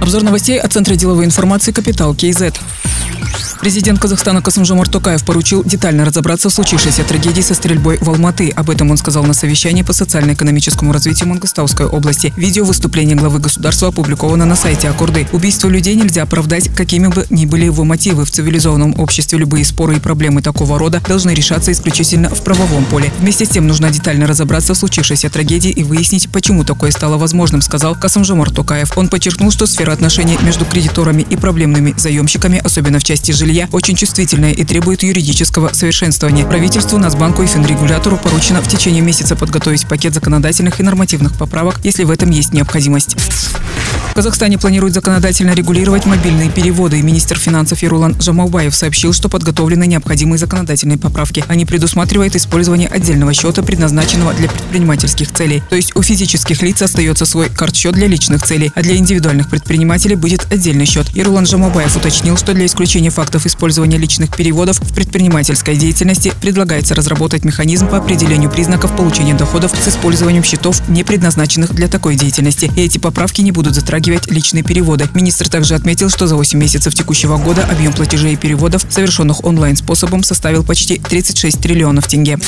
Обзор новостей от Центра деловой информации «Капитал КЗ». Президент Казахстана Касым-Жомарт Токаев поручил детально разобраться в случившейся трагедии со стрельбой в Алматы. Об этом он сказал на совещании по социально-экономическому развитию Мангыстауской области. Видео выступления главы государства опубликовано на сайте Аккорды. Убийство людей нельзя оправдать, какими бы ни были его мотивы. В цивилизованном обществе любые споры и проблемы такого рода должны решаться исключительно в правовом поле. Вместе с тем нужно детально разобраться в случившейся трагедии и выяснить, почему такое стало возможным, сказал Касым-Жомарт Токаев. Он подчеркнул, что сфера отношений между кредиторами и проблемными заемщиками, особенно в части жилья, очень чувствительная и требует юридического совершенствования. Правительству, Нацбанку и Финрегулятору поручено в течение месяца подготовить пакет законодательных и нормативных поправок, если в этом есть необходимость. В Казахстане планируют законодательно регулировать мобильные переводы. Министр финансов Ерулан Жамаубаев сообщил, что подготовлены необходимые законодательные поправки. Они предусматривают использование отдельного счета, предназначенного для предпринимательских целей. То есть у физических лиц остается свой карт-счет для личных целей, а для индивидуальных предпринимателей будет отдельный счет. Ерулан Жамаубаев уточнил, что для исключения фактов использования личных переводов в предпринимательской деятельности предлагается разработать механизм по определению признаков получения доходов с использованием счетов, не предназначенных для такой деятельности. И эти поправки не будут затрагивать личные переводы. Министр также отметил, что за 8 месяцев текущего года объем платежей и переводов, совершенных онлайн-способом, составил почти 36 триллионов тенге.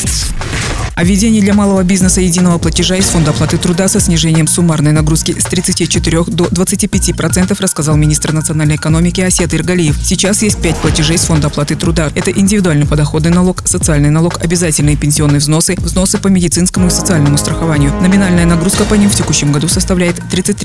О введении для малого бизнеса единого платежа из Фонда оплаты труда со снижением суммарной нагрузки с 34 до 25% рассказал министр национальной экономики Асет Иргалиев. Сейчас есть 5 платежей с Фонда оплаты труда. Это индивидуальный подоходный налог, социальный налог, обязательные пенсионные взносы, взносы по медицинскому и социальному страхованию. Номинальная нагрузка по ним в текущем году составляет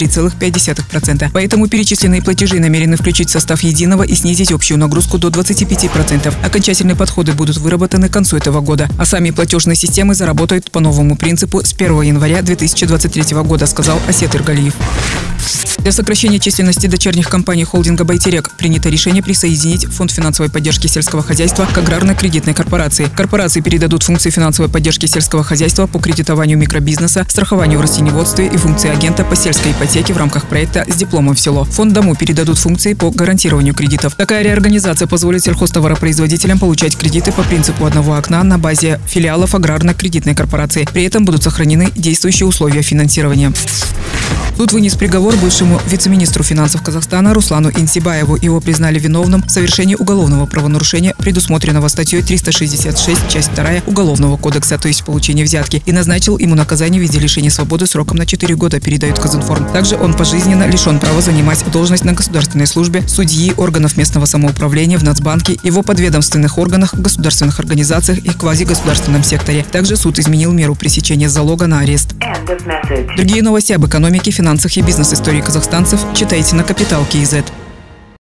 33,5%. Поэтому перечисленные платежи намерены включить в состав единого и снизить общую нагрузку до 25%. Окончательные подходы будут выработаны к концу этого года. А сами платежные системы заработают по новому принципу с 1 января 2023 года, сказал Асет Иргалиев. Для сокращения численности дочерних компаний холдинга «Байтерек» принято решение присоединить Фонд финансовой поддержки сельского хозяйства к аграрно-кредитной корпорации. Корпорации передадут функции финансовой поддержки сельского хозяйства по кредитованию микробизнеса, страхованию в растениеводстве и функции агента по сельской ипотеке в рамках проекта «С дипломом в село». Фонд Дому передадут функции по гарантированию кредитов. Такая реорганизация позволит сельхозтоваропроизводителям получать кредиты по принципу одного окна на базе филиалов аграрно-кредитной корпорации. При этом будут сохранены действующие условия финансирования. Суд вынес приговор бывшему вице-министру финансов Казахстана Руслану Инсибаеву. Его признали виновным в совершении уголовного правонарушения, предусмотренного статьей 366, часть 2 Уголовного кодекса, то есть получение взятки, и назначил ему наказание в виде лишения свободы сроком на 4 года, передает Казинформ. Также он пожизненно лишен права занимать должность на государственной службе, судьи, органов местного самоуправления в Нацбанке, его подведомственных органах, государственных организациях и квазигосударственном секторе. Также суд изменил меру пресечения залога на арест. Другие новости об экономике, финансах и бизнес-истории казахстанцев читайте на Капитал КЗ.